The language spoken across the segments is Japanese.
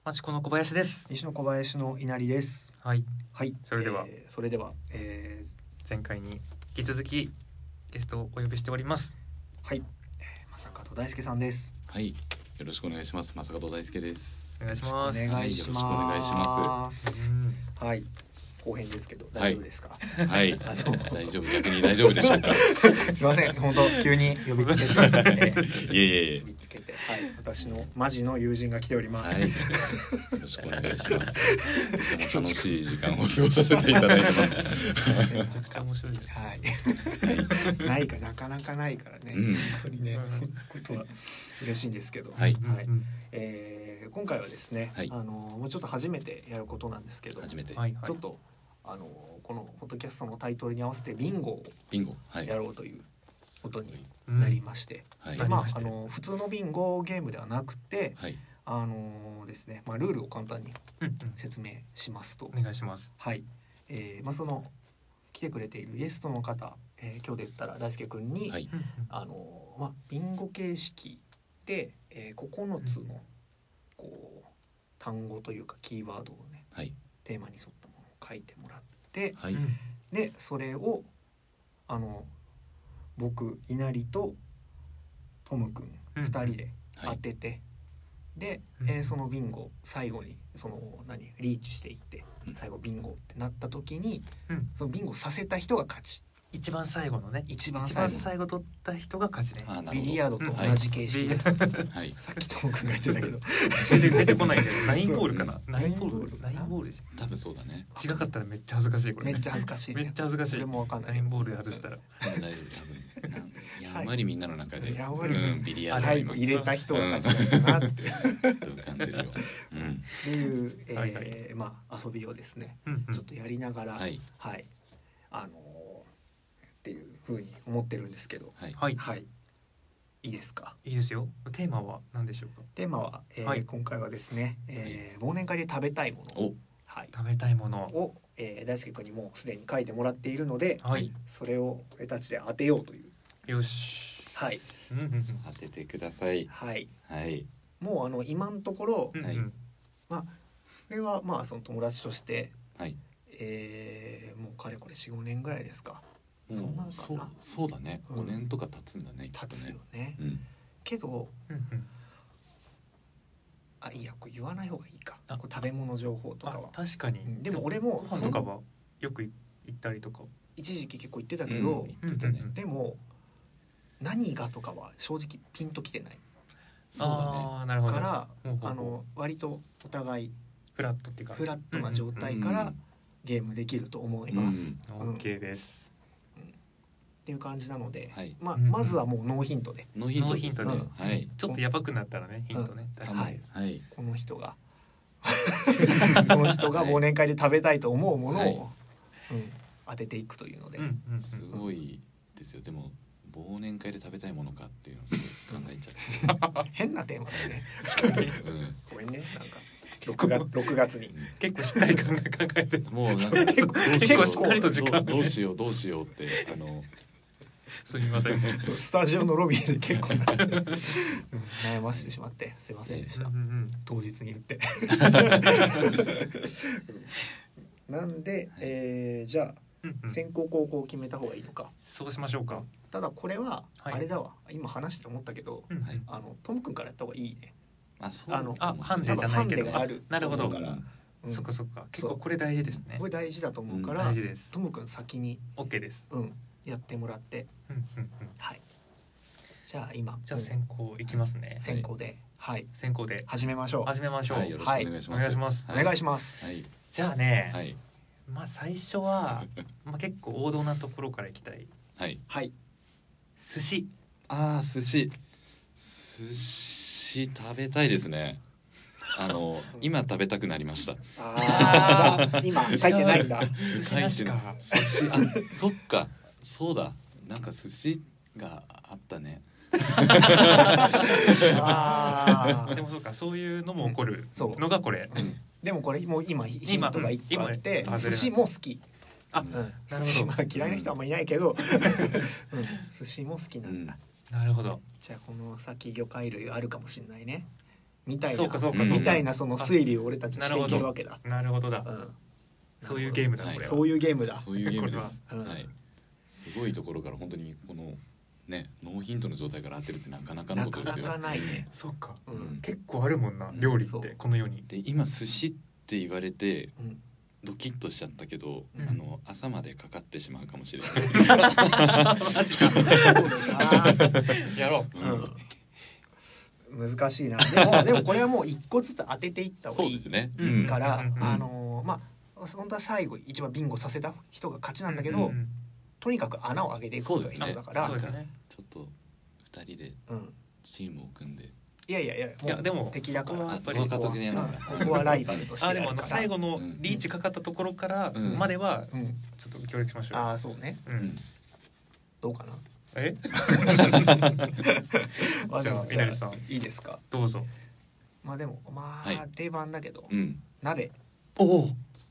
町子の小林です。 西野小林の稲荷です。 はい、 はい、 それでは、前回に引き続きゲストをお呼びしております。 はい、正門大輔さんです。 はい、よろしくお願いします。正門大輔です。 お願いします。 お願いします。 よろしくお願いします。 はい、後編ですけど大丈夫ですか？ はい、大丈夫、逆に大丈夫でしょうか。 すいません、本当急に呼びつけて、 いえ呼びつけて、はい、私のマジの友人が来ております。 はい、よろしくお願いします。楽しい時間を過ごさせていただいてます。 めちゃくちゃ面白いです。 はい、ないかなかなかないからね、本当にね、ことは嬉しいんですけど、 はい、 今回はですね、 はい、 もうちょっと初めてやることなんですけど、 初めて、 ちょっとこのポッドキャストのタイトルに合わせてビンゴをやろうということになりまして、普通のビンゴゲームではなくて、ですね、ルールを簡単に説明しますと、 お願いします。 はい、その来てくれているゲストの方、今日で言ったら大輔くんに、 はい、 ビンゴ形式で、9つのこう単語というかキーワードをね、 はい、 テーマに沿ったものを書いてもらって、 はい、 でそれを僕稲荷とトムくん2人で当てて、で、そのビンゴ最後にリーチしていって、最後ビンゴってなった時に、そのビンゴさせた人が勝ち。 一番最後のね、 一番最後取った人が勝ちね。 ビリヤードと同じ形式です。 はい、 さっきトムくんが言ってたけど出てこないけど、ナインボールかな。ナインボールじゃん。 多分そうだね。 違かったらめっちゃ恥ずかしいこれ。 めっちゃ恥ずかしい。 めっちゃ恥ずかしい。 それもわかんない。 ナインボールで外したら。 大丈夫、多分。やんわりみんなの中で、ビリヤード最後入れた人が勝ちだったなって浮かんでるよ。 っていう遊びをですね、ちょっとやりながら、はい、っていう風に思ってるんですけど、はい、いいですか？ いいですよ。テーマは何でしょうか？ テーマは、今回はですね、忘年会で食べたいものを、 食べたいものを、大輔くんにもうすでに書いてもらっているので、それを俺たちで当てようという。 よし。 はい。 当ててください。 はい。 はい。 もう今のところ、これはその友達として、もうかれこれ 4,5 年ぐらいですか。そんなのかな。 そうだね。5年とか経つんだね。 経つよね。けど、いやこれ言わない方がいいか。食べ物情報とかは。 確かに。 でも俺もご飯とかはよく行ったりとか。 一時期結構行ってたけど、でも何がとかは正直ピンときてない。 そうだね。 なるほど。 から割とお互いフラットっていうか、 フラットな状態からゲームできると思います。 OK です。 っていう感じなので、まずはもうノーヒントで。 ノーヒントで。はい。 ちょっとやばくなったらね、ヒントね。 はい。この人が忘年会で食べたいと思うものを当てていくというので。 すごいですよ。でも忘年会で食べたいものかっていうのをすごい考えちゃう。 変なテーマだよね。確かに。ごめんね、なんか。6月に結構しっかり考えてもうなんか結構しっかりと時間どうしようってすみません。 スタジオのロビーで結構悩ませてしまってすいませんでした。当日に言ってなんで、じゃあ先行後攻決めた方がいいのか。 そうしましょうか。 ただこれはあれだわ、今話して思ったけど、トムくんからやった方がいいね。 ハンデじゃないけど、なるほど。そっか結構これ大事ですね。 これ大事だと思うから、トムくん先に OK です。 やってもらって、はい。じゃあ先行いきますね。 先行で始めましょう。 よろしくお願いします。 お願いします。 じゃあね、最初は結構王道なところからいきたい。 はい。 寿司。 寿司食べたいですね。今食べたくなりました。 今書いてないんだ。 寿司なしか。 そっか、そうだ。なんか寿司があったね。 でもそうか、そういうのも起こるのがこれ。 でもこれもう今ヒントが1個あって、寿司も好き。寿司嫌いな人はあんまいないけど、寿司も好きなんだ。 なるほど。 じゃあこの先魚介類あるかもしれないね。 みたいなそうかそうかみたいなその推理を俺たちしていけるわけだ。 なるほどだ。そういうゲームだこれは。 そういうゲームだ。 そういうゲームです。はい。すごいところから本当にこのねノーヒントの状態から当てるってなかなかのことですよ。 なかなかないね。 そうか。結構あるもんな料理ってこの世に。 で今寿司って言われて。ドキッとしちゃったけど、朝までかかってしまうかもしれない。マジか。 やろう。難しいな。でもこれはもう一個ずつ当てていった方がいいから、まあ本当は最後一番ビンゴさせた人が勝ちなんだけど、とにかく穴を開けていくことが必要だから。 ちょっと2人でチームを組んで。 いやでも敵だからやっぱりここはライバルとして。 でも最後のリーチかかったところからまではちょっと協力しましょう。 ああそうね。どうかな。 じゃあ稲荷さんいいですか。 どうぞ。 まあでも定番だけど鍋。 おお。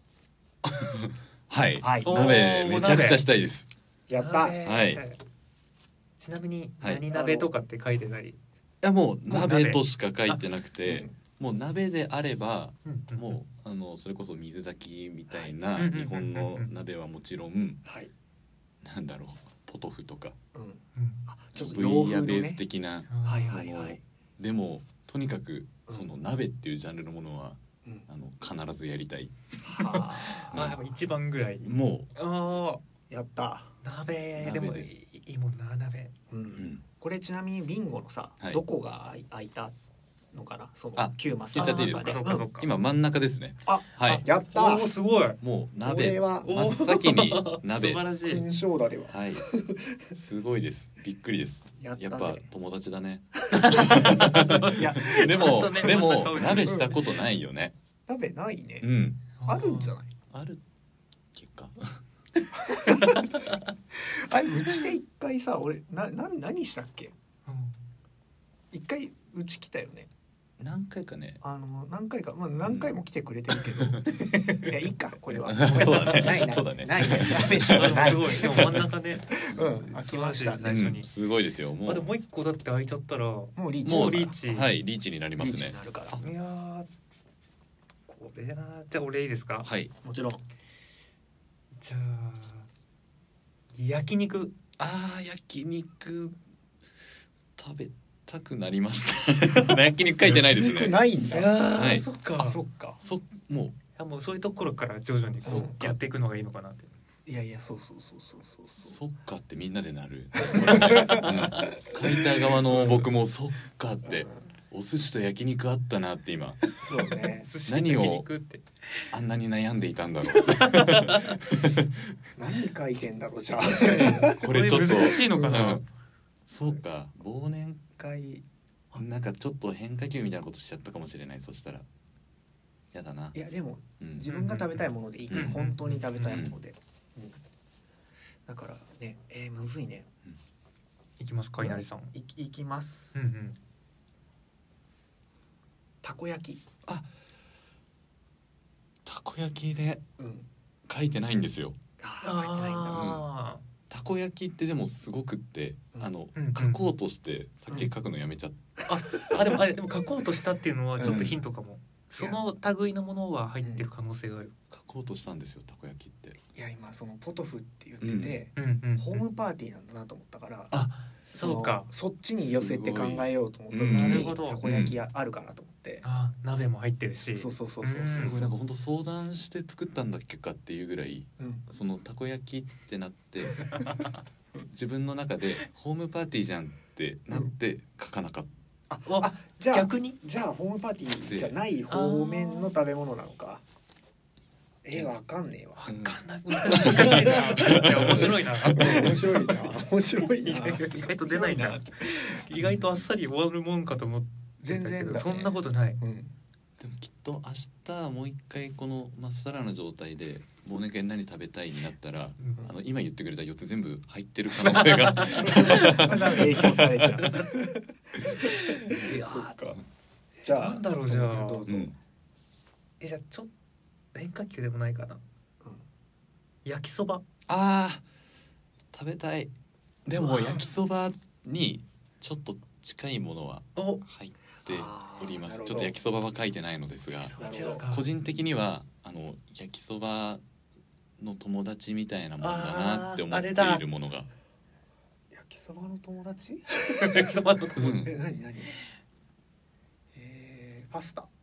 はい。鍋めちゃくちゃしたいです。 やった。はい。 ちなみに何鍋とかって書いてない？ いやもう鍋としか書いてなくて、もう鍋であればもうそれこそ水炊きみたいな日本の鍋はもちろん、なんだろうポトフとか、ちょっとブイヤベース的なものでもとにかくその鍋っていうジャンルのものは必ずやりたい。 やっぱ一番ぐらい。 もうやった。 鍋でもいいもんな鍋。 これちなみにビンゴのさ、どこが開いたのかな、その9マス。 言っちゃっていいですか。今真ん中ですね。 はい。やった。 おおすごい。 もう鍋真っ先に鍋。 素晴らしい。 勲章だでは。 はい。すごいです。びっくりです。やっぱ友達だね。でも鍋したことないよね。 鍋ないね。あるんじゃない。 ある結果。 あれうちで一回さ、俺何したっけ？一回うち来たよね。 何回かね。 何回か、まあ何回も来てくれてるけど、いやいいかこれは。 そうだね。 ないね。 すごい。でも真ん中ね。 開きました最初に。 すごいですよ。 もう一個だって開いちゃったらもうリーチ。 はい、リーチになりますね。 いやこれな。じゃあ俺いいですか？ はい。 もちろん。 じゃあ焼肉。 焼肉食べたくなりました。焼肉書いてないですね。 焼肉ないんだ。 そっか。 もうそういうところから徐々にやっていくのがいいのかなって。 いやそう。そっかってみんなでなる。書いた側の僕もそっかって。お寿司と焼肉あったなって今。 そうね。 何をあんなに悩んでいたんだろう。 何書いてんだろうじゃあ。 これちょっと難しいのかな。 そうか、忘年会なんかちょっと変化球みたいなことしちゃったかもしれない。そしたらやだな。 いやでも自分が食べたいものでいいから、本当に食べたいもので。だからね、むずいね。 いきますか、稲荷さん。 いきます。たこ焼き。 たこ焼きで書いてないんですよ。 書いてないんだ。 たこ焼きってでもすごくって書こうとして先書くのやめちゃった。 でも書こうとしたっていうのはちょっとヒントかも。その類のものは入ってる可能性がある。 書こうとしたんですよ、たこ焼きって。 いや今そのポトフって言っててホームパーティーなんだなと思ったから。 そうか。 そっちに寄せて考えようと思った時にたこ焼きあるかなと思って。 鍋も入ってるし。 そう。 なんか本当相談して作ったんだっけかっていうぐらい、そのたこ焼きってなって自分の中でホームパーティーじゃんってなって書かなかった。 じゃあ逆にじゃあホームパーティーじゃない方面の食べ物なのか。わかんねえわ。 わかんない。難しいな。面白いな。 面白いな。 意外と出ないな。意外とあっさり終わるもんかと思ってたけど、そんなことない。 でもきっと明日もう一回このまっさらな状態で忘年会何食べたいになったら、今言ってくれた4つ全部入ってる可能性が影響されちゃう。 そっか。 じゃあなんだろう。じゃあどうぞ。 じゃあちょっと変化球でもないかな。焼きそば。 食べたい。でも焼きそばにちょっと近いものは入っおります。ちょっと焼きそばは書いてないのですが、個人的には焼きそばの友達みたいなもんだなって思っているものが。 焼きそばの友達？ 焼きそばの友達。 何？パスタ。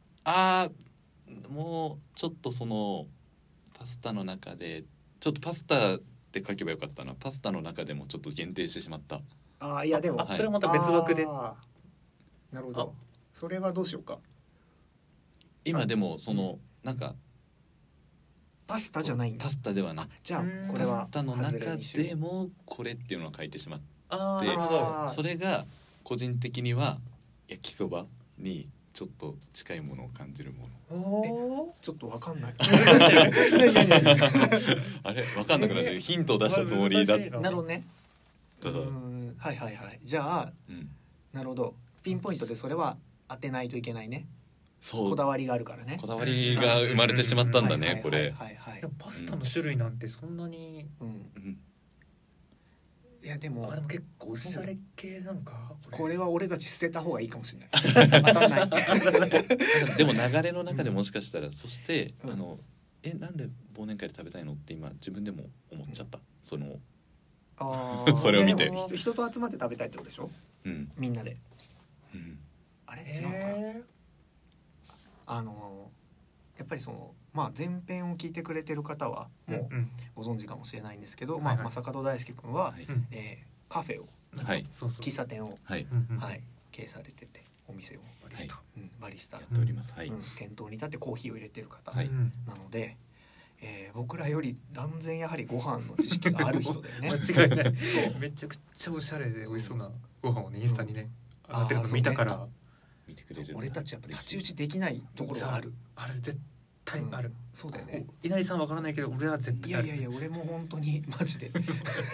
もうちょっとそのパスタの中でちょっとパスタって書けばよかったな。パスタの中でもちょっと限定してしまった。 いやでも、 それはまた別枠で。 なるほど。それはどうしようか。 今でもそのなんかパスタじゃないんだ。 パスタではなく、 じゃあこれはパスタの中でもこれっていうのを書いてしまって、それが個人的には焼きそばにちょっと近いものを感じるもの。ちょっとわかんない。 あれわかんなくなってヒントを出したつもりだった。 なるほどね。はい。じゃあ、なるほど。ピンポイントでそれは当てないといけないね。こだわりがあるからね。 こだわりが生まれてしまったんだね、これ。 パスタの種類なんてそんなに。 いやでも結構おしゃれ系なのか。 これは俺たち捨てた方がいいかもしれない。当たんない。 でも流れの中でもしかしたら、そしてなんで忘年会で食べたいのって今自分でも思っちゃった。そのそれを見て人と集まって食べたいってことでしょ。みんなで。あれ違うか。やっぱりその前編を聞いてくれてる方はもうご存知かもしれないんですけど、正門大輔君はカフェを喫茶店を経営されてて、お店をバリスタやっております。 店頭に立ってコーヒーを入れてる方なので、僕らより断然やはりご飯の知識がある人だよね。 間違いない。めちゃくちゃおしゃれで美味しそうなご飯をね、インスタにね上がってるの見たから見てくれる。 俺たちやっぱ太刀打ちできないところがある。 絶対ある。 そうだよね。 稲荷さんわからないけど俺は絶対ある。 いや俺も本当にマジで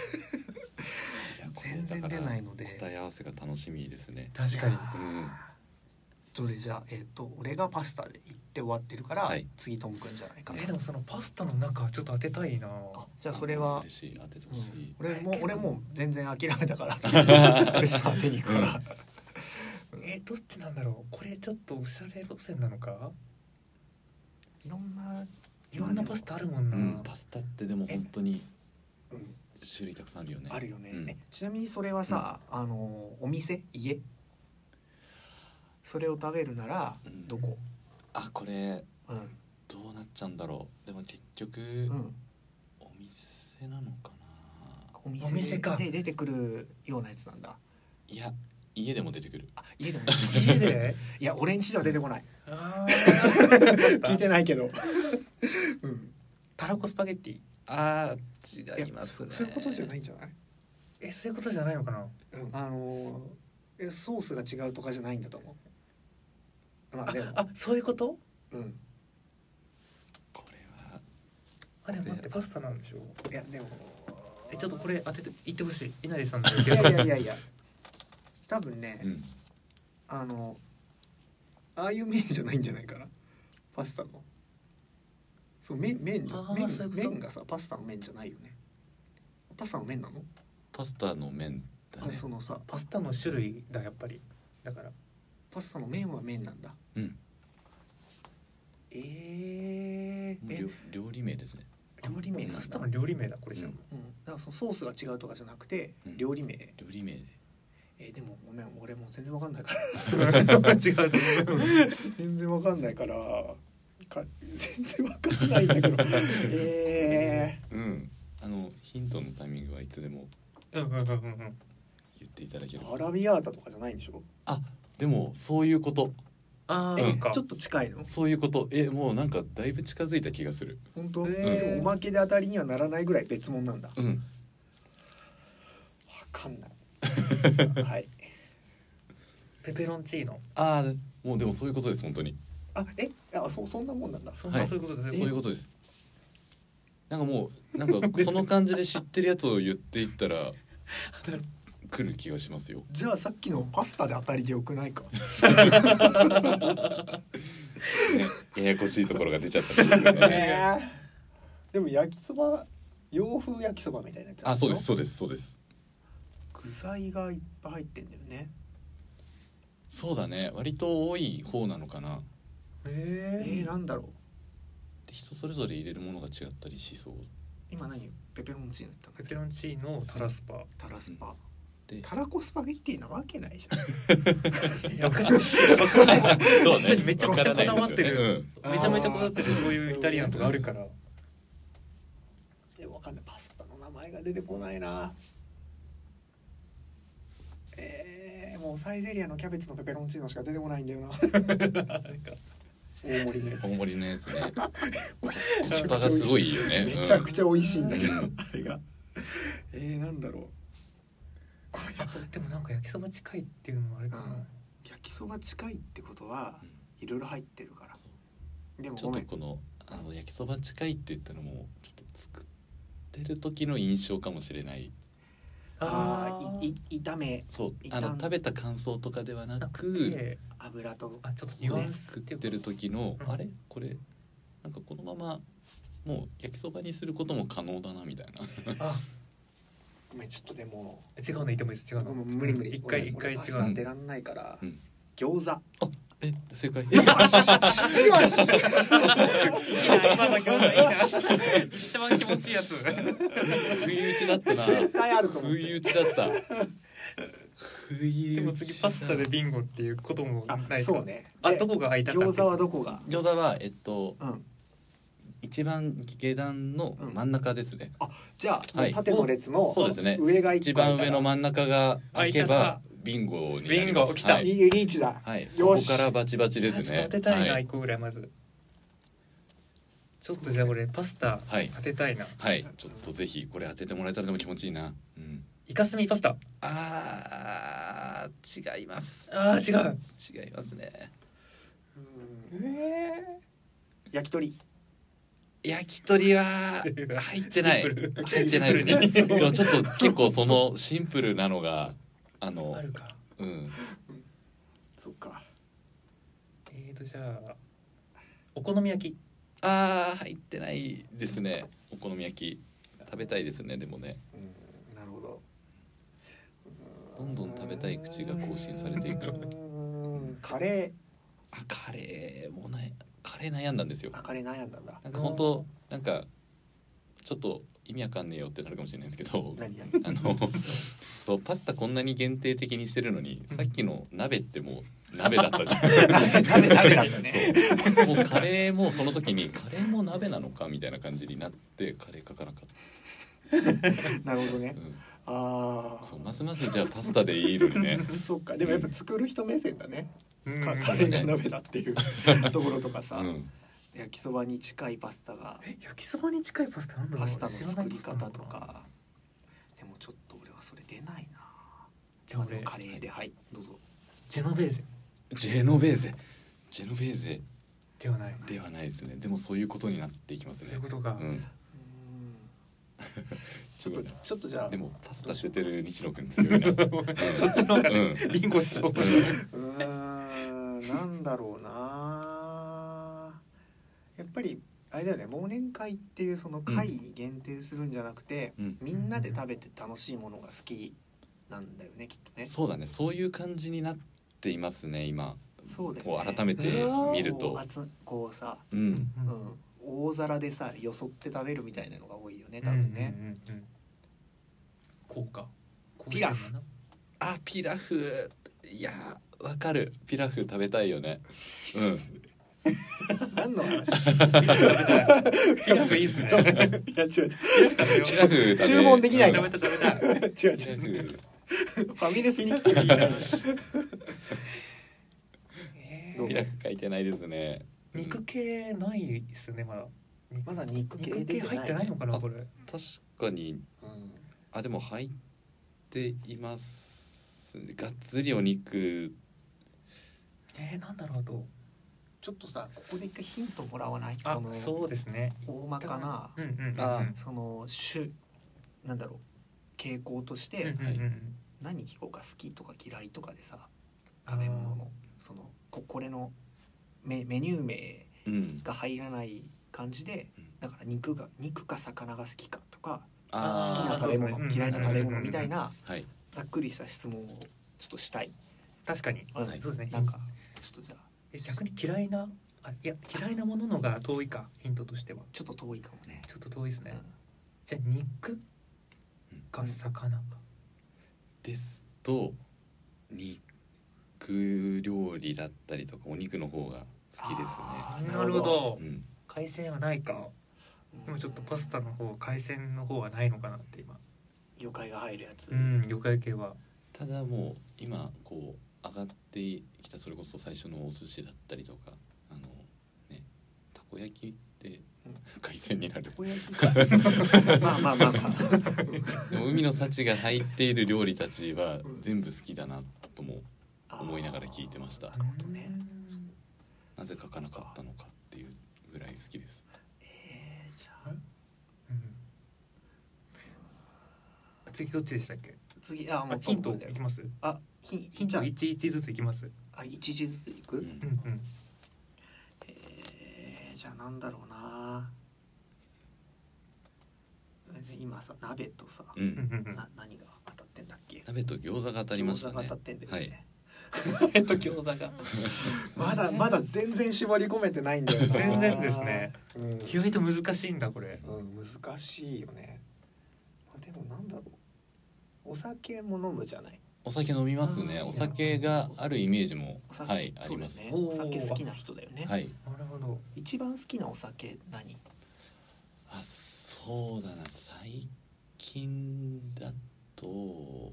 全然出ないので答え合わせが楽しみですね。 確かに。 それじゃあ俺がパスタで行って終わってるから次トムくんじゃないかな。 でもそのパスタの中ちょっと当てたいな。 じゃあそれは嬉しい、当ててほしい。 俺も全然諦めたから当てに行くから。 どっちなんだろう。これちょっとおしゃれ路線なのか。いろんなパスタあるもんな。 パスタってでも本当に種類たくさんあるよね。 あるよね。ちなみにそれはさ、お店、家、それを食べるならどこ？ これどうなっちゃうんだろう。でも結局お店なのかな。 お店か。で出てくるようなやつなんだ。 いや家でも出てくる。 家でも家で？ いや俺ん家では出てこない。聞いてないけど。 たらこスパゲッティ。 違いますね。 そういうことじゃないんじゃない？ そういうことじゃないのかな。 ソースが違うとかじゃないんだと思う。 そういうこと？ これはでも待って、パスタなんでしょ。 いやでもちょっとこれ当てて言ってほしい。稲荷さんの。いや多分ね、ああいう麺じゃないんじゃないかな。パスタの麺がさ、パスタの麺じゃないよね。パスタの麺なの？ パスタの麺だね。 そのさ、 パスタの種類だ、やっぱり。だからパスタの麺は麺なんだ。 料理名ですね。 料理名。 パスタの料理名だこれじゃん。 だからそのソースが違うとかじゃなくて料理名。 料理名で。 でもごめん、俺もう全然わかんないから違う全然わかんないから全然わかんないんだけどヒントのタイミングはいつでも言っていただける。 アラビアータとかじゃないんでしょ。 でもそういうこと。 ちょっと近いの。 そういうこと。もうなんかだいぶ近づいた気がする。 本当？でもおまけで当たりにはならないぐらい別物なんだ。わかんない。はい。 ペペロンチーノ。 もうでもそういうことです本当に。 そんなもんなんだ。 そういうことです。 そういうことです。なんかもうなんかその感じで知ってるやつを言っていったら来る気がしますよ。 じゃあさっきのパスタで当たりでよくないか。 ややこしいところが出ちゃったんですね。 でも焼きそば、洋風焼きそばみたいなやつ。 そうです。 具材がいっぱい入ってんだよね。 そうだね、割と多い方なのかな。 なんだろう。 人それぞれ入れるものが違ったりしそう。 今何ペペロンチーノ言った？ ペペロンチーノタラスパ、 でタラコスパゲッティなわけないじゃん。 わかんないじゃん。そうね、めちゃくちゃこだわってる、めちゃめちゃこだわってる、そういうイタリアンとかあるから。 わかんない、パスタの名前が出てこないな。もうサイゼリアのキャベツのペペロンチーノしか出てこないんだよな。大盛りのやつ。 大盛りのやつね。コスパがすごいよね。 めちゃくちゃ美味しいんだけど、あれが。なんだろう。 でもなんか焼きそば近いっていうのもあれかな。 焼きそば近いってことはいろいろ入ってるから。 でもちょっとこの焼きそば近いって言ったのもちょっと作ってる時の印象かもしれない。 炒め、 そう食べた感想とかではなく油とちょっとニュアンス作ってる時のあれこれなんかこのままもう焼きそばにすることも可能だなみたいな。 ごめん、ちょっとでも違うの、でも違うの、 無理一回違うパスタ当てらんないから、餃子。 正解。 よしよし。 今の餃子いいな。一番気持ちいいやつ。 不意打ちだったな。 絶対あると思う。 不意打ちだった。 でも次パスタでビンゴっていうこともないか。 そうね。 どこが空いたか。 餃子はどこが？ 餃子は一番下段の真ん中ですね。 じゃあ縦の列のそうですね。 上が一番上の真ん中が開けばビンゴになります。 ビンゴ来た。 リーチだ。 ここからバチバチですね。 当てたいな、一個ぐらいまず。ちょっとじゃあ俺パスタ当てたいな。 はい。ちょっとぜひこれ当ててもらえたらでも気持ちいいな。 イカスミパスタ。 違います。 違う。 違いますね。 焼き鳥。 焼き鳥は入ってない。入ってないですね。でもちょっと結構そのシンプルなのがあるか。 そっか。 じゃあお好み焼き。 入ってないですね。お好み焼き食べたいですね。でもね。 なるほど。 どんどん食べたい口が更新されていく。 カレー。カレーもない。カレー悩んだんですよ。 カレー悩んだんだ。 なんか本当なんかちょっと意味わかんねえよってなるかもしれないんですけど、パスタこんなに限定的にしてるのに、さっきの鍋ってもう鍋だったじゃん。 鍋だったね。 もうカレーもその時にカレーも鍋なのかみたいな感じになってカレー書かなかった。 なるほどね。 そうますますじゃあパスタでいいのにね。 そっか。でもやっぱ作る人目線だね。カレーが鍋だっていうところとかさ。焼きそばに近いパスタが。 焼きそばに近いパスタなんだろう。 パスタの作り方とか。でもちょっと俺はそれ出ないな。じゃあ俺カレーでどうぞ。 ジェノベーゼ。 ジェノベーゼではない。 ではないですね。でもそういうことになっていきますね。 そういうことか。 ちょっとじゃあでもパスタしててる西野くん強いな。 そっちの方がね、ビンゴしそう。 なんだろうな。やっぱりあれだよね、忘年会っていうその会に限定するんじゃなくて、みんなで食べて楽しいものが好きなんだよね、きっとね。 そうだね、そういう感じになっていますね今。 そうだよね。 こう改めて見るとこうさ、大皿でさよそって食べるみたいなのが多いよね、多分ね。 こうか。 ピラフ。 ピラフ。いやわかる。ピラフ食べたいよね。 何の話？ ピラフいいですね。いや違う。 ピラフ注文できないから。 食べた。 違う。ファミレスに来てもいいな。 ピラフ書いてないですね。 肉系ないですね、まだ。 まだ肉系入ってないのかなこれ。 確かに。でも入っています。がっつりお肉。 なんだろうと。 ちょっとさ、ここで一回ヒントもらわない？ そうですね。 大まかなそのなんだろう、傾向として何聞こうか、好きとか嫌いとかでさ、食べ物のそのこれのメニュー名が入らない感じで、だから肉か魚が好きかとか、好きな食べ物嫌いな食べ物みたいなざっくりした質問をちょっとしたい確かに、そうですね。 なんかちょっとじゃあ逆に嫌いなもののが遠いか、ヒントとしてはちょっと遠いかもね。 ちょっと遠いですね。じゃあ肉か魚かですと、肉料理だったりとかお肉の方が好きですね。なるほど。海鮮はないか。今ちょっとパスタの方、海鮮の方はないのかなって今。 魚介が入るやつ。 魚介系は。 ただもう今こう上がってきた、それこそ最初のお寿司だったりとか、たこ焼きって海鮮になる。 まあでも海の幸が入っている料理たちは全部好きだなとも思いながら聞いてました。なぜ書かなかったのかっていうぐらい好きです。 じゃあ、 次どっちでしたっけ？ 次もうヒントいきます？ヒント1ずついきます。 1ずついく？じゃあなんだろうな。今さ、鍋とさ、何が当たってんだっけ？ 鍋と餃子が当たりましたね。 餃子が当たってんだよね。鍋と餃子がまだ全然絞り込めてないんだよな。 全然ですね。意外と難しいんだこれ。 難しいよね。でもなんだろう。お酒も飲むじゃない。 お酒飲みますね。お酒があるイメージもあります。 お酒好きな人だよね。 なるほど。 一番好きなお酒何？ そうだな、最近だと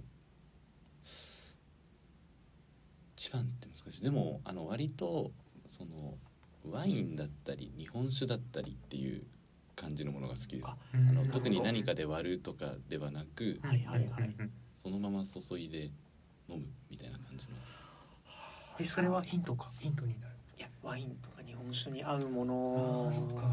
一番って難しい。でも割とそのワインだったり日本酒だったりっていう感じのものが好きです。特に何かで割るとかではなく、そのまま注いで飲むみたいな感じの。 それはヒントになる。 いや、ワインとか日本酒に合うもの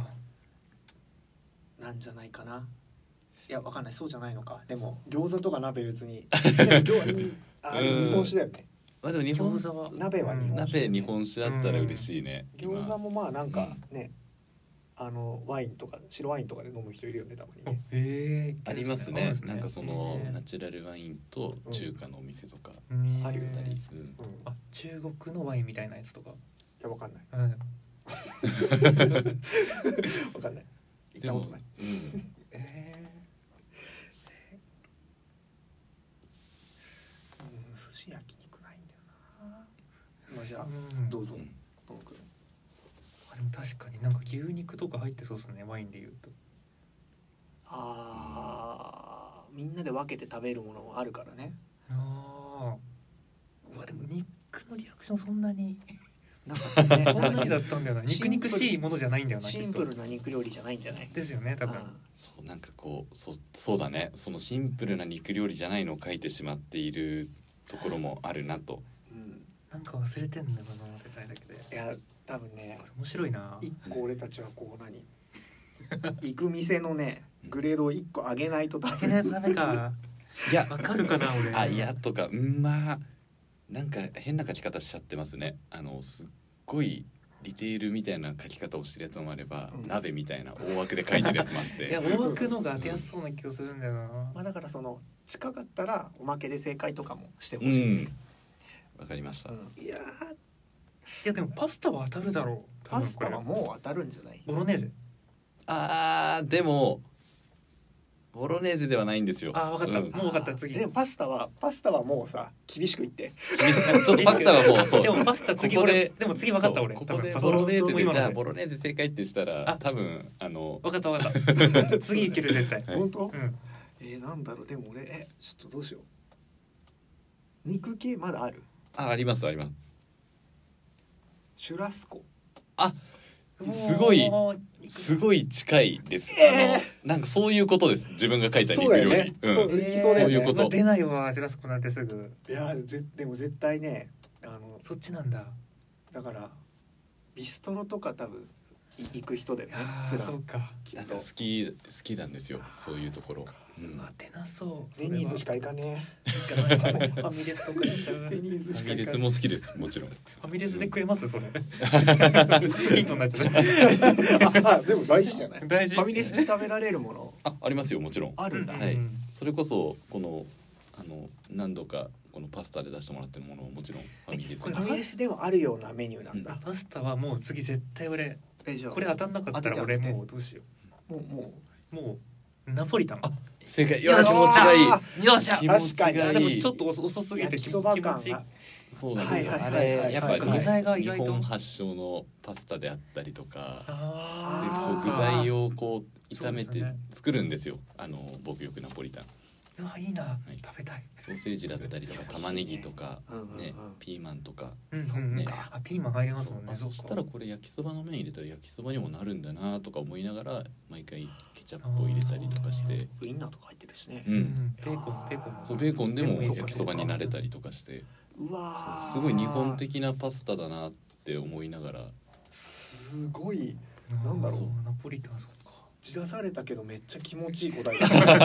なんじゃないかな。いや、わかんない。そうじゃないのか。でも餃子とか鍋別に日本酒だよね。 でも日本酒は鍋は日本酒、 日本酒だったら嬉しいね。 餃子もまあなんかね、ワインとか白ワインとかで飲む人いるよね、たまにね。 ありますね。なんかそのナチュラルワインと中華のお店とかあるよね。 中国のワインみたいなやつとか。いや、わかんない。わかんない。行ったことない。寿司焼肉ないんだよな。まあじゃあどうぞ。トム君。 でも確かになんか牛肉とか入ってそうですね、ワインで言うと。 みんなで分けて食べるものもあるからね。 でも肉のリアクションそんなになんかね、 そんなにだったんだよな。肉しいものじゃないんだよな。 シンプルな肉料理じゃないんじゃない？ ですよね、多分。 そう、なんかこうそうだね。そのシンプルな肉料理じゃないのを書いてしまっているところもあるなと。 なんか忘れてんだよな、絶対だけで。 いや、多分ね、 面白いな。 一個俺たちはこう行く店のね、グレードを一個上げないとダメか。いや、わかるかな俺。 いやとか、まあなんか変な書き方しちゃってますね。すっごいディテールみたいな書き方をしてるやつもあれば、鍋みたいな大枠で書いてるやつもあって。 いや、大枠のが当てやすそうな気がするんだよな。 まあだからその近かったらおまけで正解とかもしてほしいです。 わかりました。 いやでもパスタは当たるだろう。 パスタはもう当たるんじゃない？ ボロネーゼ。 でもボロネーゼではないんですよ。 分かった。もう分かった。次。 でもパスタはもうさ、厳しく言って。 ちょっとパスタはもうそう。 でもパスタ次俺でも次分かった俺。 ここでボロネーゼでじゃあボロネーゼ正解ってしたら多分分かった次いける絶対。 本当？なんだろう。でも俺ちょっとどうしよう。肉系まだある？ あります。 シュラスコ。 すごい近いです。なんかそういうことです。自分が書いた肉料理。 そういうこと。 出ないわ、シュラスコなんてすぐ。 いやでも絶対ね、 そっちなんだ。 だからビストロとか多分行く人だよね。 そうか。 なんか好きなんですよ、そういうところ。 出なそう。 デニーズしか行かねえ。 ファミレスとかやっちゃう。 デニーズしか行かねえ。 ファミレスも好きです、もちろん。 ファミレスで食えますそれ。ヒントになっちゃう。 でも大事じゃない？ 大事。 ファミレスで食べられるもの。 ありますよ、もちろん。 あるんだ。 はい。それこそこの何度かこのパスタで出してもらってるものはもちろんファミレスこれファミレスでもあるようなメニューなんだ、 パスタはもう次絶対俺じゃあこれ当たんなかったら俺もうどうしようもうナポリタン。 正解。よし、気持ちがいい。 よっしゃ。 確かに。 でもちょっと遅すぎて気持ちいい。 そうなんですよ。あれやっぱり具材が意外と日本発祥のパスタであったりとか、具材をこう炒めて作るんですよ。僕よくナポリタン。 いいな、食べたい。 ソーセージだったりとか玉ねぎとかね、ピーマンとかね、ピーマン入りますもんね。 そしたらこれ焼きそばの麺入れたら焼きそばにもなるんだなとか思いながら毎回ケチャップを入れたりとかして、 ウインナーとか入ってるしね。 ベーコンでも焼きそばになれたりとかして、すごい日本的なパスタだなって思いながら。 すごいなんだろう、 ナポリタン。 散らされたけどめっちゃ気持ちいい答え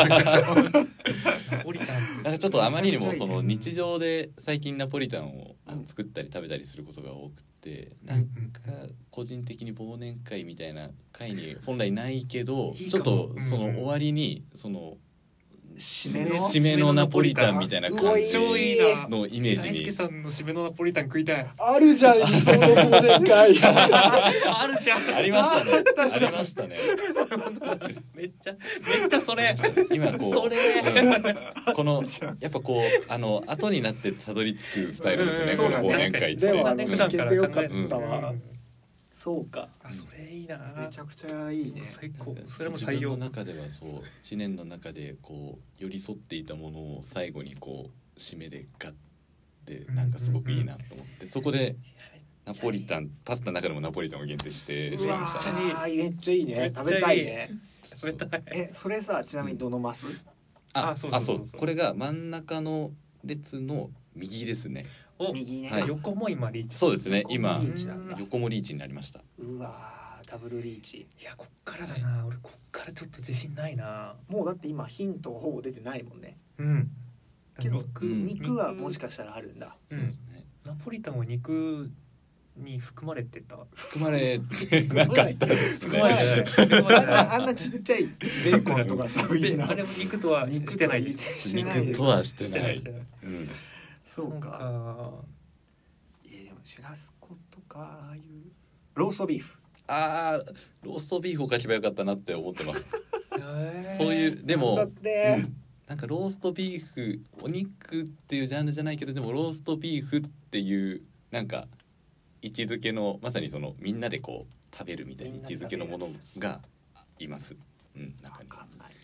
ナポリタンなんかちょっとあまりにもその日常で最近ナポリタンを作ったり食べたりすることが多くて、なんか個人的に忘年会みたいな会に本来ないけど、ちょっとその終わりにその締めのナポリタンみたいな感じのイメージに。 大輔さんの締めのナポリタン食いたい。 あるじゃん、理想の忘年会。 あるじゃん。 ありましたね。ありましたね。 めっちゃそれ。 今こうそれ、 このやっぱこう後になってたどり着くスタイルですね。この忘年会って。 でも普段からよかったわ。そうか。 それいいな。 めちゃくちゃいいね。 最高。それも採用。 自分の中ではそう1年の中でこう寄り添っていたものを最後にこう締めでガッてなんかすごくいいなと思って、そこでナポリタンパスタの中でもナポリタンを限定してしまいましたね。 めっちゃいいね。食べたいね。 食べたい。 それさ、ちなみにどのマス？ そうこれが真ん中の列の右ですね。 右ね。 横も今リーチ。 そうですね。今横もリーチになりました。 うわー、ダブルリーチ。 いや、こっからだな。俺こっからちょっと自信ないな。 もうだって今ヒントほぼ出てないもんね。けど肉はもしかしたらあるんだ。 ナポリタンは肉に含まれてた。 含まれてなかったですね。 あんなちっちゃいベーコンとかさ、 あれも肉とはしてない。 肉とはしてない。 そうか。でもシュラスコとかああいうローストビーフ。 ローストビーフを書けばよかったなって思ってます。そういうでもなんかローストビーフ、お肉っていうジャンルじゃないけど、でもローストビーフっていうなんか位置づけのまさにそのみんなでこう食べるみたいな位置づけのものがいます。中に。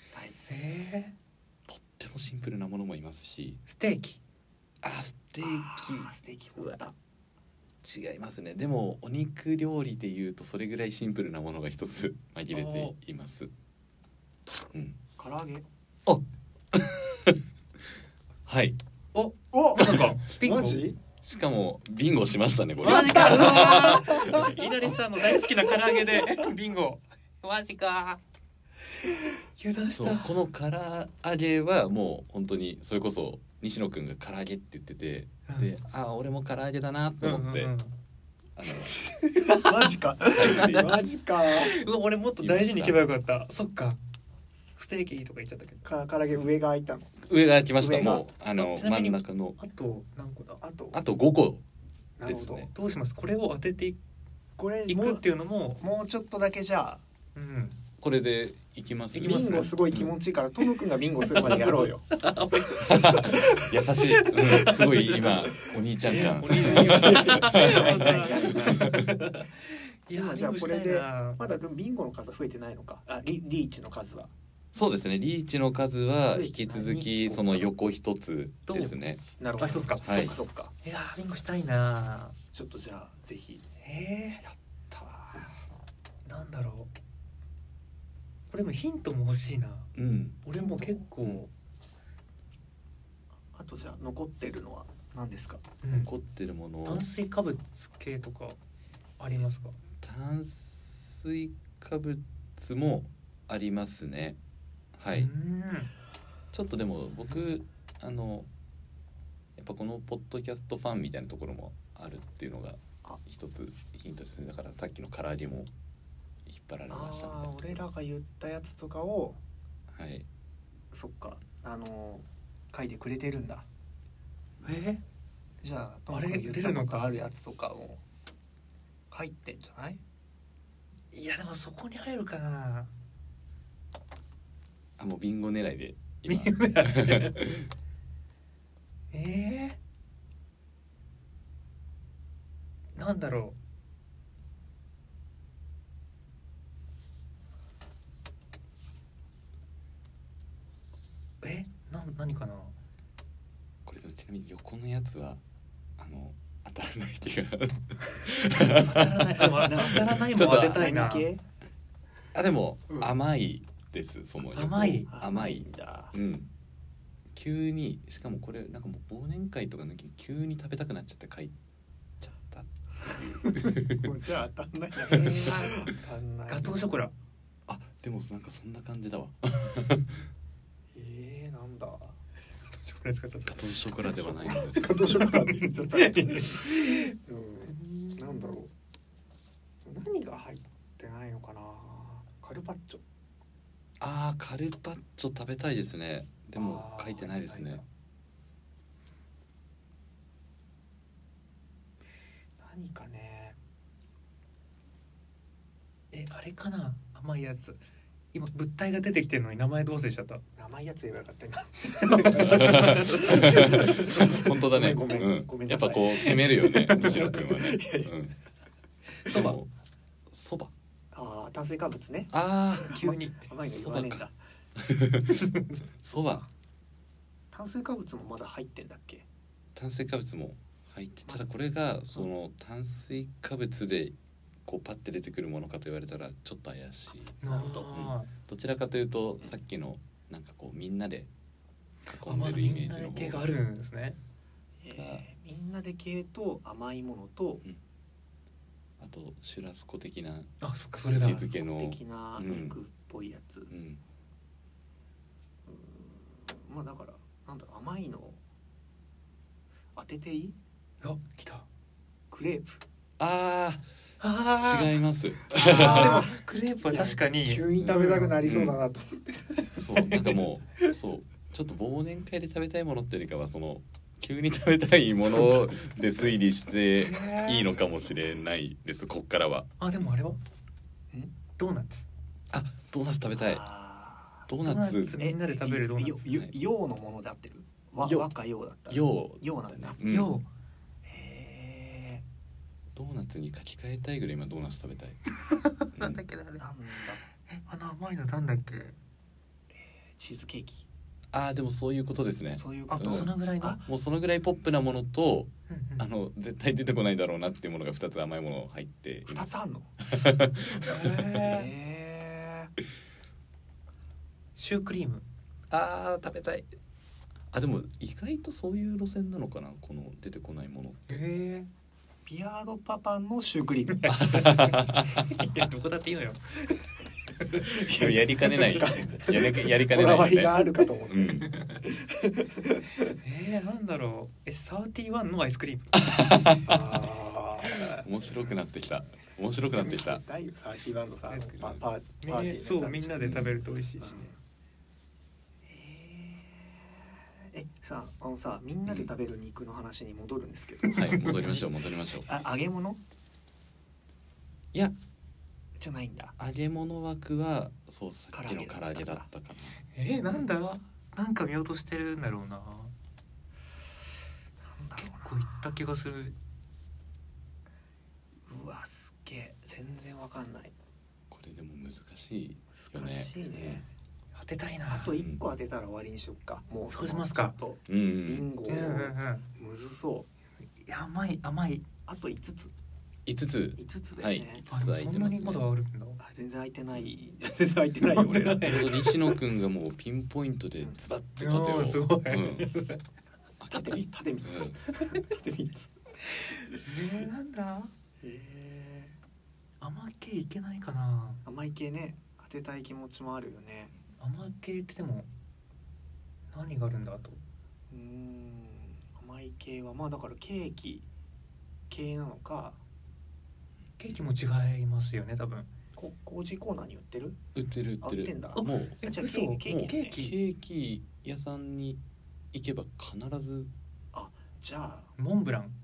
とってもシンプルなものもいますし。 ステーキ。 ステーキ違いますね。でもお肉料理でいうとそれぐらいシンプルなものが一つ紛れています。 唐揚げ。 はい。 まさかマジ？ しかもビンゴしましたねこれ。 マジか。稲荷さんの大好きな唐揚げでビンゴ。マジか。油断した。 この唐揚げはもう本当にそれこそ西野くんが唐揚げって言ってて、で俺も唐揚げだなと思って。 マジか。マジか。 俺もっと大事にいけばよかった。そっか。ステーキとか言っちゃったけど。 唐揚げ上が開いたの。 上が開きました。もう真ん中の。 あと何個だ。 あと5個ですね。 どうします？これを当てていくっていうのももうちょっとだけじゃあ。 これでいきます。 ビンゴすごい気持ちいいからトムくんがビンゴするまでやろうよ。 優しい。すごい今お兄ちゃん感。 今じゃあこれでまだビンゴの数増えてないのか。リーチの数は。 そうですね。リーチの数は引き続きその横一つですね。 なるほど。 一つか。 そっか。 いやビンゴしたいな。 ちょっとじゃあぜひ。 やったわ。なんだろう。これもヒントも欲しいな。俺も結構。 あとじゃあ残ってるのは何ですか？ 残ってるもの。 炭水化物系とかありますか？ 炭水化物もありますね。はい。ちょっとでも僕やっぱこのポッドキャストファンみたいなところもあるっていうのが一つヒントですね。だからさっきの唐揚げも引っ張られましたね。 俺らが言ったやつとかをそっか書いてくれてるんだ。 じゃああれ言ったことあるやつとかも入ってんじゃない？ いやでもそこに入るかな。 もうビンゴ狙いでビンゴ狙いなんだろう。何かな。 これでもちなみに横のやつは当たらない気が当たらないも当てたいな。 でも、甘いです。その甘いんだ。 急にしかもこれなんかもう忘年会とかの時に急に食べたくなっちゃって書いちゃったっていう。 じゃあ当たんない。 ガトーショコラ。 でもなんかそんな感じだわ。 なんだ。 ガトーショコラではないので。ガトーショコラって言っちゃった。なんだろう。何が入ってないのかな。カルパッチョ。 カルパッチョ食べたいですね。でも書いてないですね。 何かね。 あれかな。甘いやつ。今物体が出てきてるのに名前どうせしちゃった。 甘いやつ言えばよかった今。 本当だね。 ごめんやっぱこう攻めるよね。西田君はね。そば。 炭水化物ね。 急に甘いの言わねえんだ。 そば。 炭水化物もまだ入ってんだっけ？ 炭水化物も入って、ただこれがその炭水化物でこうパッて出てくるものかと言われたらちょっと怪しい。 なるほど。 どちらかというとさっきのなんかこうみんなで囲んでるイメージの方があるんですね。 みんなで系と甘いものと、 あとシュラスコ的なそれだ。 味付けの的な肉っぽいやつ。まあだからなんだろう、甘いの当てていい？ 来た。 クレープ。 違います。 クレープは確かに急に食べたくなりそうだなと思って。 そうなんかもうちょっと忘年会で食べたいものっていうよりかはその急に食べたいもので推理していいのかもしれないです。こっからは。 でもあれは？ドーナツ。 ドーナツ食べたい。ドーナツみんなで食べるドーナツ。 洋のもので合ってる？和か洋だったら。洋なんだ。 洋。 ドーナツに書き換えたいぐらい今ドーナツ食べたい。 なんだっけあれ。甘いのなんだっけ？ チーズケーキ。 でもそういうことですね。 そういうこと。 そのぐらいの。 もうそのぐらいポップなものと、絶対出てこないだろうなっていうものが2つ甘いもの入って。 2つあんの？ シュークリーム。 食べたい。でも意外とそういう路線なのかな、この出てこないものって。 ビアードパパのシュークリーム。 いやどこだっていいのよ。 やりかねない。やりかねない。 こだわりがあるかと思って。 なんだろう。31のアイスクリーム。 面白くなってきた。 大よ31のさ、パーティー。 そうみんなで食べると美味しいしね。 さみんなで食べる肉の話に戻るんですけど。 戻りましょう。 揚げ物？ いやじゃないんだ。 揚げ物枠はさっきの唐揚げだったかな。なんだなんか見落としてるんだろうな。結構いった気がする。 うわすげえ、全然わかんない。 これでも難しいよね。 難しいね。 当てたいな。 あと1個当てたら終わりにしよっか。もうそうしますか。 ビンゴむずそう。 甘い。 あと5つ。 5 つだよね。 そんなにまだあるんだ。 全然空いてないよ俺ら。 西野くんがもうピンポイントでズバッて縦を。 すごい。 縦3つ。 なんだ。甘系いけないかな。 甘い系ね、当てたい気持ちもあるよね。 甘系ってでも何があるんだと。 甘い系はだからケーキ系なのか。 ケーキも違いますよね多分。 工事コーナーに売ってる？ 売ってる。 売ってんだ。 もうじゃあケーキ屋さんに行けば必ず。 じゃあモンブラン。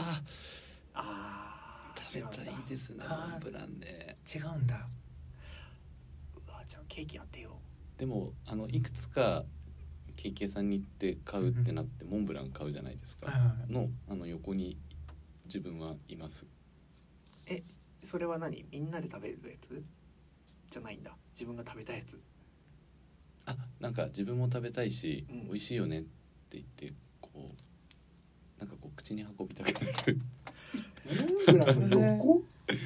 食べたいですねモンブランね。 違うんだ。 じゃあケーキ当てよう。でもいくつかケーキ屋さんに行って買うってなって、モンブラン買うじゃないですか、の横に自分はいます。 それは何、みんなで食べるやつじゃないんだ、自分が食べたいやつ。 なんか自分も食べたいし、美味しいよねって言ってこうなんかこう口に運びたくなる。 モンブランの横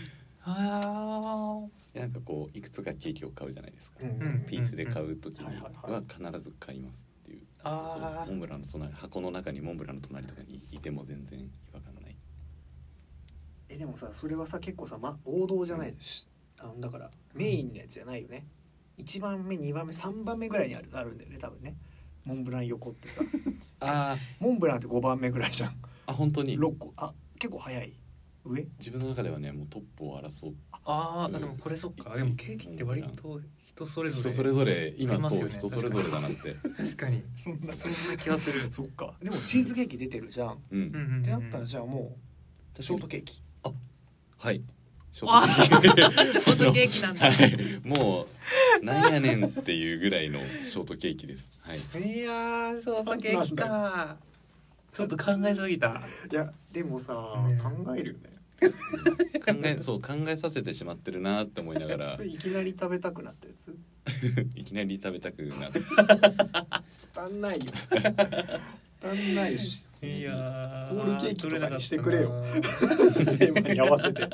なんかこういくつかケーキを買うじゃないですか、ピースで買う時には必ず買いますっていう。モンブランの隣、箱の中にモンブランの隣とかにいても全然違和感がない。 でもさ、それはさ結構さ、王道じゃないし、だからメインのやつじゃないよね。1番目2番目3番目ぐらいにあるんだよね多分ね、モンブラン横ってさ。モンブランって5番目ぐらいじゃん。 本当に 6個。結構早い。上自分の中ではねもうトップを争う。 でもこれそっか。でもケーキって割と人それぞれ今そう人それぞれだなって確かにそんな気がする。 そっか。でもチーズケーキ出てるじゃん。ってなったらじゃあもうショートケーキ。 はいショートケーキなんだ。 もうなんやねんっていうぐらいのショートケーキです。 いやーショートケーキか。ちょっと考えすぎた。 いやでもさ、考えるよね。 考えさせてしまってるなって思いながら。 それいきなり食べたくなったやつ。 いきなり食べたくなって。 足んないよ。足んないし。 いやーホールケーキとかにしてくれよ。テーマに合わせて。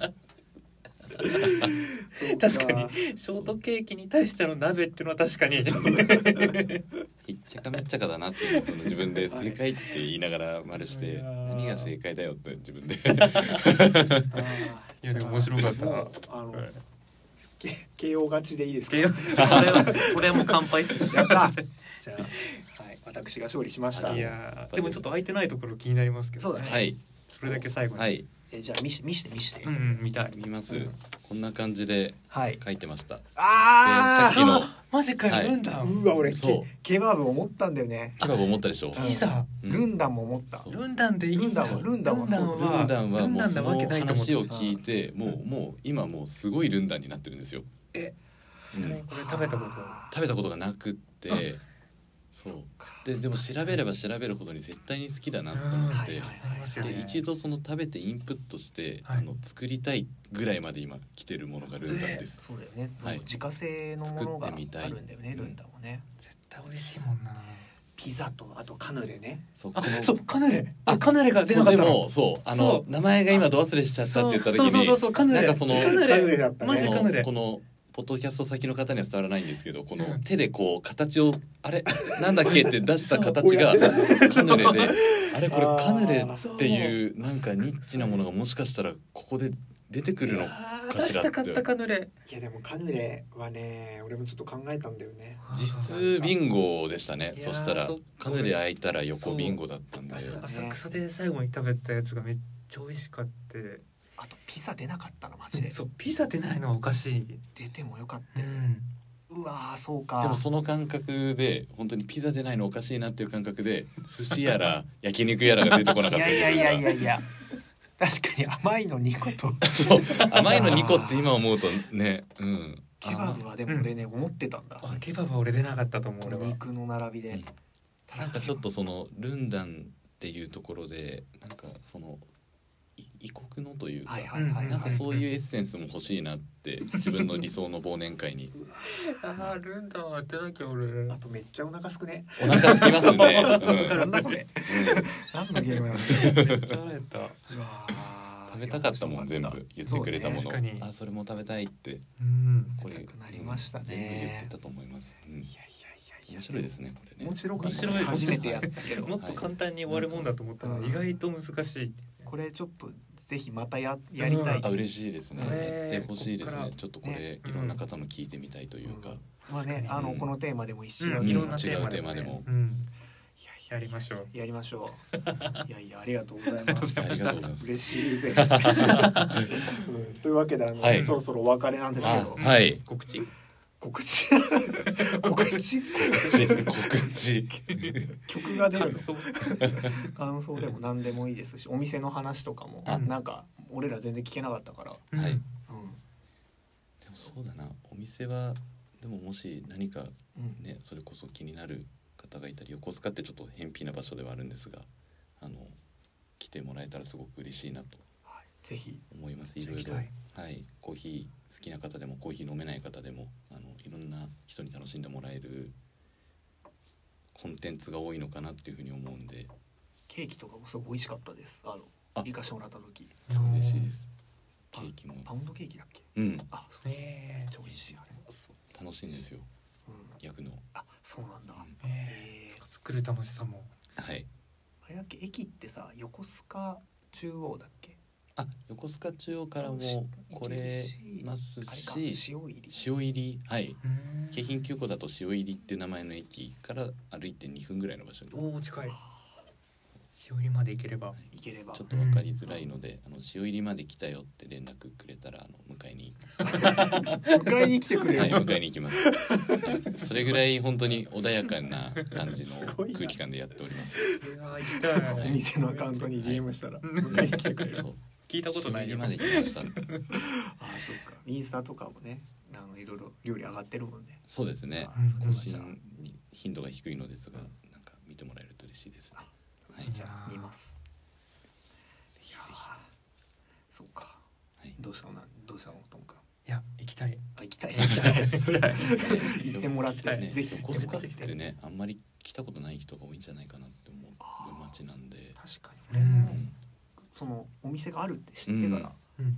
確かにショートケーキに対しての鍋っていうのは確かにひっちゃかめっちゃかだなっていうその自分で正解って言いながら丸して何が正解だよって自分で。 いやでも面白かったな。 KO 勝ちでいいですか。 これはもう乾杯っす。 やったじゃあ私が勝利しました。 いやでもちょっと空いてないところ気になりますけど。 そうだね。 それだけ最後に。 じゃあ見して見たい。 見ます。こんな感じで書いてました。 マジかよ。ルンダン。 俺ケバブ思ったんだよね。 ケバブ思ったでしょ。 いざルンダンも思った。 ルンダンでいいんだ。 ルンダンはもうその話を聞いてもう今もうすごいルンダンになってるんですよ。 これ食べたことがなくって。でも調べれば調べるほどに絶対に好きだなと思ってで一度その食べてインプットして作りたいぐらいまで今来てるものがルンダンです。 そうだよね。自家製のものがあるんだよね。ルンダンはね絶対美味しいもんな。 ピザとあとカヌレね。 そうカヌレが出なかったの。 そう名前が今ど忘れしちゃったって言った時にカヌレなんかそのマジカヌレこのポッドキャスト先の方には伝わらないんですけどこの手でこう形をなんだっけって出した形がカヌレでこれカヌレっていうなんかニッチなものがもしかしたらここで出てくるのかしらって。 出したかったカヌレ。 いやでもカヌレはね俺もちょっと考えたんだよね。 実質ビンゴでしたね。そしたらカヌレ開いたら横ビンゴだったんだよ。 浅草で最後に食べたやつがめっちゃ美味しかった。 あとピザ出なかったのマジで。 ピザ出ないのはおかしい。 出てもよかったよ。うわそうか。 でもその感覚で本当にピザ出ないのおかしいなっていう感覚で寿司やら焼肉やらが出てこなかった。 いや確かに甘いの2個と甘いの2個って今思うとね。 ケバブはでも俺ね思ってたんだ。 ケバブは俺出なかったと思う。俺は肉の並びでなんかちょっとそのルンダンっていうところでなんかその異国のというかなんかそういうエッセンスも欲しいなって自分の理想の忘年会に。 ルンダンは出なきゃ俺。 あとめっちゃお腹すくね。 お腹すきますね。 なんだこれ。何のゲームやるの。めっちゃ腹減った。 食べたかったもん全部言ってくれたもの。それも食べたいって。 これなりましたね。 全部言ってたと思います。面白いですねこれね。 面白かった。初めてやったけど。 もっと簡単に終わるもんだと思ったら意外と難しい。 これちょっとぜひまたやりたい。 嬉しいですね。やってほしいですね。ちょっとこれいろんな方の聞いてみたいというか。 まあねこのテーマでも一緒にいろんなテーマでも。 やりましょう。 やりましょう。いやありがとうございます。 ありがとうございます。 嬉しいぜ。というわけでそろそろお別れなんですけど。 はい。 告知。 告知曲が出る感想でも何でもいいですし、お店の話とかもなんか俺ら全然聞けなかったから、 はい、でもそうだな、お店はでももし何かね、それこそ気になる方がいたり、横須賀ってちょっと偏僻な場所ではあるんですが、来てもらえたらすごく嬉しいなとぜひ思います。いろいろ、はい、コーヒー好きな方でもコーヒー飲めない方でもいろんな人に楽しんでもらえるコンテンツが多いのかなっていうふうに思うんで。 ケーキとかもすごい美味しかったです。行かしてもらった時。 嬉しいです。ケーキもパウンドケーキだっけ。 うん。 あ、そう。めっちゃ美味しいあれ。 楽しいんですよ。焼くの。 あ、そうなんだ。 作る楽しさも。 はい。 あれだっけ、駅ってさ、横須賀中央だっけ。 あ、横須賀中央からも来れますし、塩入り、はい。京浜急行だと塩入りっていう名前の駅から歩いて2分ぐらいの場所に。 おお、近い。塩入りまで行ければちょっと分かりづらいので、塩入りまで来たよって連絡くれたら迎えに迎えに来てくれる、 はい、迎えに行きます、はい、それぐらい本当に穏やかな感じの空気感でやっております。 いや行きたい、 はい、お店のアカウントに DM したら、迎えに来てくれる、 聞いたことないよ。 塩入りまで来ましたあ、そうか。インスタとかもね、いろいろ料理上がってるもんね。 そうですね、更新頻度が低いのですが、なんか見てもらえると嬉しいですね。 はい、じゃあ見ます。いや、そうか。はい、どうしたのともか。 いや、行きたい。 行きたい。行ってもらってね。ぜひ横須賀ってね、あんまり来たことない人が多いんじゃないかなって思う街なんで。 確かにね。そのお店があるって知ってから、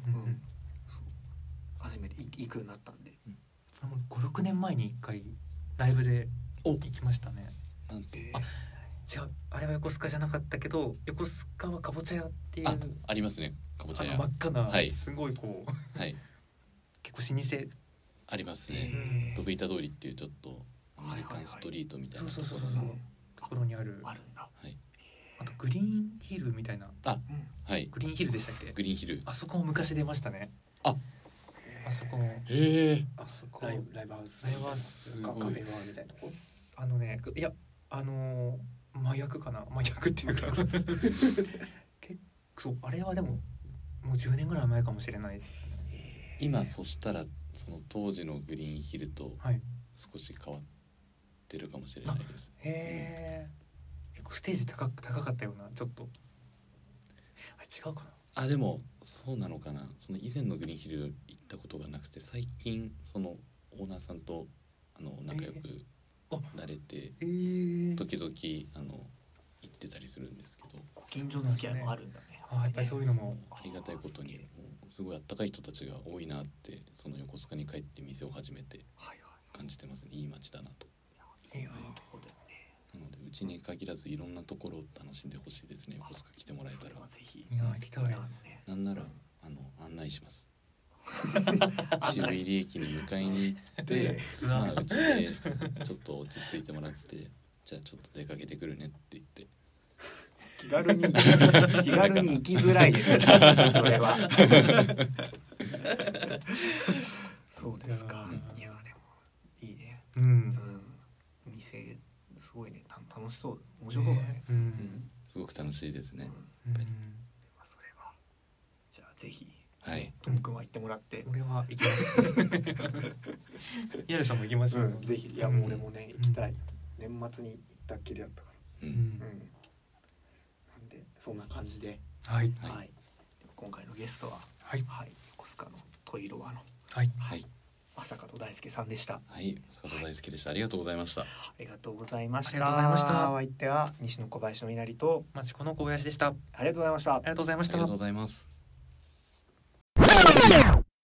初めて行くようになったんで。 5、6年前に1回ライブで行きましたね。 なんと。 違う、あれは横須賀じゃなかったけど、横須賀はかぼちゃ屋っていう、 ありますね、かぼちゃ屋。 真っ赤な、すごいこう、 はい、 結構老舗ありますね。ドブ板通りっていうちょっとアメリカンストリートみたいなところにあるんだ。はい。あとグリーンヒルみたいな。はい。グリーンヒルでしたっけ？ グリーンヒル。 あそこも昔出ましたね。あそこも。あそこライブハウスカフェバーみたいなとこ。いや麻薬っていうか結構あれはでももう10年ぐらい前かもしれないですね。 今そしたらその当時のグリーンヒルと少し変わってるかもしれないです。 へえ。結構ステージ高かったような、ちょっと違うかな。 でもそうなのかな。その以前のグリーンヒル行ったことがなくて、最近そのオーナーさんと仲良く慣れて、時々行ってたりするんですけど、 ご近所付き合いもあるんだね。 やっぱりそういうのもありがたいことに、すごいあったかい人たちが多いなって、その横須賀に帰って店を始めて感じてますね。いい街だなと。 いいとこだよね。 なのでうちに限らずいろんなところを楽しんでほしいですね。横須賀来てもらえたら。 ぜひ。 いや、行きたい。 なんなら案内します。渋入り駅に迎えに行って、うちでちょっと落ち着いてもらって、じゃあちょっと出かけてくるねって言って。 気軽に行きづらいですそれは。そうですか。いやでもいいね。店すごいね、楽しそう、面白そうだね。 すごく楽しいですね。 それはじゃあぜひ。 はい。 トム君は行ってもらって。 俺は行きます。ヤルさんも行きましょう。 ぜひ。いやもう俺もね行きたい。年末に行ったっきりだったから。なんでそんな感じで。はい。今回のゲストは横須賀のトイロワの正門大輔さんでした。 はい。正門大輔でした。ありがとうございました。 ありがとうございました。お相手は西野小林の稲荷と町子の小林でした。 ありがとうございました。 ありがとうございました。 ありがとうございます。